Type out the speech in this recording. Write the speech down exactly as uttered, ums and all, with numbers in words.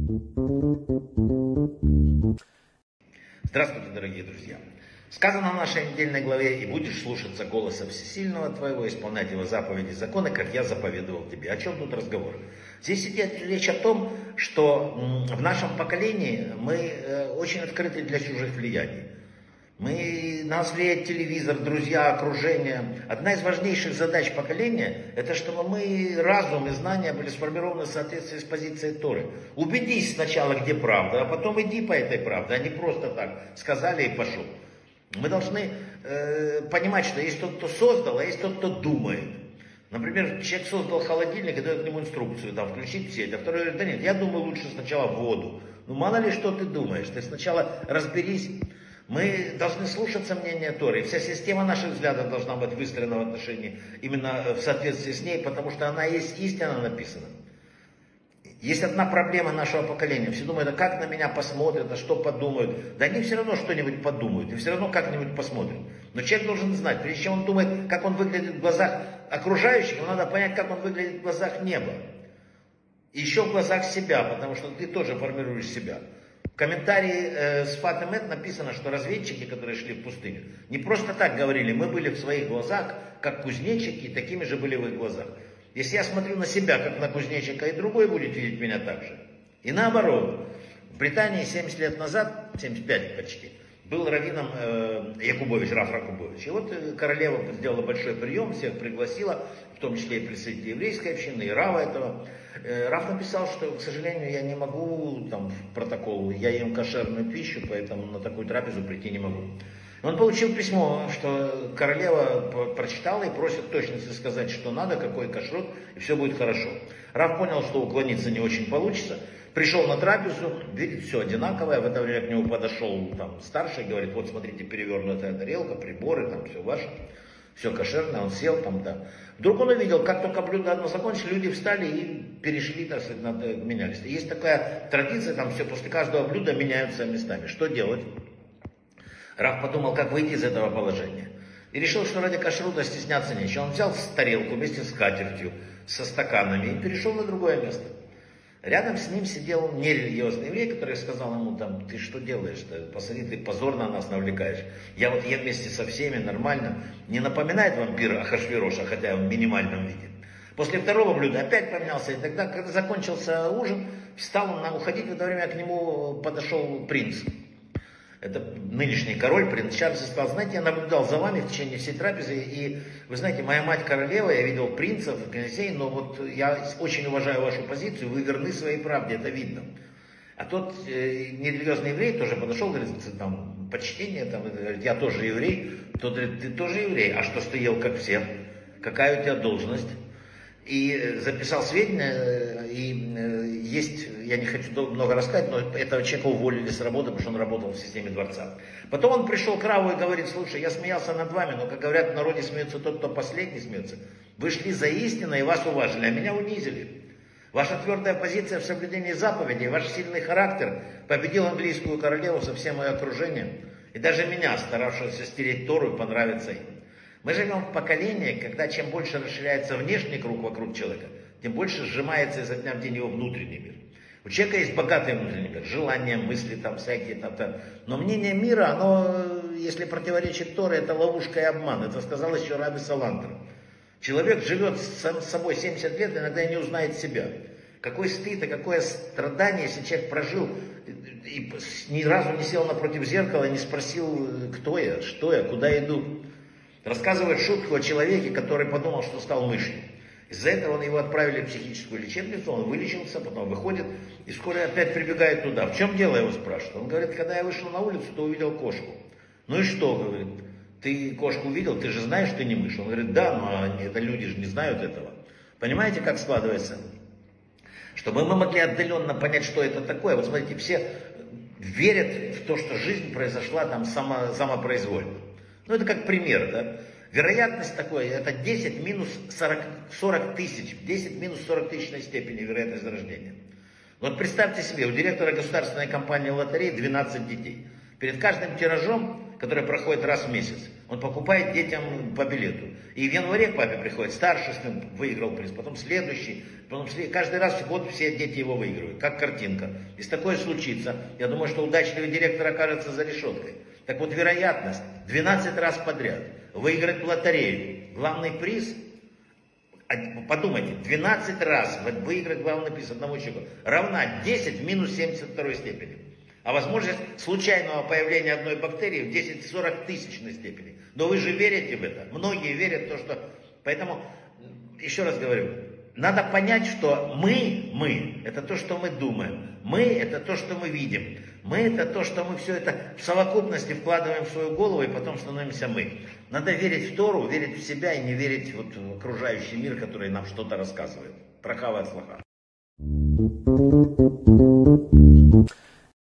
Здравствуйте, дорогие друзья! Сказано в нашей недельной главе: «И будешь слушаться голоса Всесильного твоего, исполнять его заповеди и законы, как я заповедовал тебе». О чем тут разговор? Здесь идет речь о том, что в нашем поколении мы очень открыты для чужих влияний. Мы, нас влияет телевизор, друзья, окружение. Одна из важнейших задач поколения – это чтобы мы, разум и знания были сформированы в соответствии с позицией Торы. Убедись сначала, где правда, а потом иди по этой правде, а не просто так сказали и пошел. Мы должны э, понимать, что есть тот, кто создал, а есть тот, кто думает. Например, человек создал холодильник и дает ему инструкцию, там, включить сеть, а второй говорит: да нет, я думаю, лучше сначала воду. Ну мало ли что ты думаешь, ты сначала разберись. Мы должны слушаться мнения Торы, и вся система наших взглядов должна быть выстроена в отношении, именно в соответствии с ней, потому что она есть истина написана. Есть одна проблема нашего поколения. Все думают: а как на меня посмотрят, а что подумают? Да они все равно что-нибудь подумают, и все равно как-нибудь посмотрят. Но человек должен знать, прежде чем он думает, как он выглядит в глазах окружающих, ему надо понять, как он выглядит в глазах неба. И еще в глазах себя, потому что ты тоже формируешь себя. В комментарии э, с Фатем Эд написано, что разведчики, которые шли в пустыню, не просто так говорили: мы были в своих глазах, как кузнечики, и такими же были в их глазах. Если я смотрю на себя, как на кузнечика, и другой будет видеть меня так же. И наоборот. В Британии семьдесят лет назад, семьдесят пять почти, был раввином э, Якубович, Раф Якубович. И вот королева сделала большой прием, всех пригласила, в том числе и представителей еврейской общины, и Рава этого. Э, Раф написал, что, к сожалению, я не могу, там, в протокол, я ем кошерную пищу, поэтому на такую трапезу прийти не могу. Он получил письмо, что королева прочитала и просит точности сказать, что надо, какой кашрут, и все будет хорошо. Раф понял, что уклониться не очень получится. Пришел на трапезу, видит, все одинаковое. В это время к нему подошел там старший, говорит: вот смотрите, перевернутая тарелка, приборы, там все ваше, все кошерное. Он сел там, да. Вдруг он увидел, как только блюдо одно закончилось, люди встали и перешли, так сказать, менялись. Есть такая традиция, там все после каждого блюда меняются местами. Что делать? Раф подумал, как выйти из этого положения. И решил, что ради кашрута стесняться нечего. Он взял тарелку вместе с скатертью, со стаканами и перешел на другое место. Рядом с ним сидел нерелигиозный еврей, который сказал ему: там, ты что делаешь-то? Посмотри, ты позор на нас навлекаешь. Я вот ем вместе со всеми, нормально. Не напоминает вампира Ахашвироша, хотя в минимальном виде. После второго блюда опять поменялся. И тогда, когда закончился ужин, стал он уходить, в это время к нему подошел принц. Это нынешний король, принц Чарльз, и сказал: знаете, я наблюдал за вами в течение всей трапезы, и вы знаете, моя мать королева, я видел принцев, князей, но вот я очень уважаю вашу позицию, вы верны своей правде, это видно. А тот э, нерелигиозный еврей тоже подошел, говорит: там, почтение, там, говорит, я тоже еврей. Тот говорит: ты тоже еврей, а что ж ты ел как все? Какая у тебя должность? И записал сведения, и есть, я не хочу много рассказать, но этого человека уволили с работы, потому что он работал в системе дворца. Потом он пришел к Раву и говорит: слушай, я смеялся над вами, но, как говорят, в народе смеется тот, кто последний смеется. Вы шли за истиной и вас уважили, а меня унизили. Ваша твердая позиция в соблюдении заповедей, ваш сильный характер победил английскую королеву со всем ее окружением, и даже меня, старавшегося стереть Тору, и понравиться им. Мы живем в поколении, когда чем больше расширяется внешний круг вокруг человека, тем больше сжимается изо дня в день его внутренний мир. У человека есть богатый внутренний мир, желания, мысли там всякие, там, там. Но мнение мира, оно, если противоречит Торе, это ловушка и обман. Это сказал еще Раби Салантер. Человек живет сам с собой семьдесят лет, иногда и не узнает себя. Какой стыд и какое страдание, если человек прожил и ни разу не сел напротив зеркала и не спросил, кто я, что я, куда иду. Рассказывает шутку о человеке, который подумал, что стал мышью. Из-за этого он его отправили в психическую лечебницу, он вылечился, потом выходит и скоро опять прибегает туда. В чем дело, его спрашивают. Он говорит: когда я вышел на улицу, то увидел кошку. Ну и что, говорит, ты кошку увидел, ты же знаешь, что ты не мышь. Он говорит: да, но это люди же не знают этого. Понимаете, как складывается? Чтобы мы могли отдаленно понять, что это такое. Вот смотрите, все верят в то, что жизнь произошла там само, самопроизвольно. Ну, это как пример, да. Вероятность такой, это десять минус сорок тысяч, десять минус сорок тысячной степени вероятность рождения. Вот представьте себе, у директора государственной компании лотереи двенадцать детей. Перед каждым тиражом, который проходит раз в месяц, Он покупает детям по билету. И в январе к папе приходит старший сын, выиграл приз, потом следующий, потом следующий. Каждый раз в год все дети его выигрывают, как картинка. Если такое случится, я думаю, что удачливый директор окажется за решеткой. Так вот, вероятность двенадцать раз подряд выиграть в лотерею главный приз, подумайте, двенадцать раз выиграть главный приз одного человека равна десять в минус семьдесят второй степени. А возможность случайного появления одной бактерии в десять-сорок тысячной степени. Но вы же верите в это. Многие верят в то, что... Поэтому, еще раз говорю, надо понять, что мы, мы, это то, что мы думаем. Мы, это то, что мы видим. Мы, это то, что мы все это в совокупности вкладываем в свою голову и потом становимся мы. Надо верить в Тору, верить в себя и не верить вот в окружающий мир, который нам что-то рассказывает. Прохава от слаха.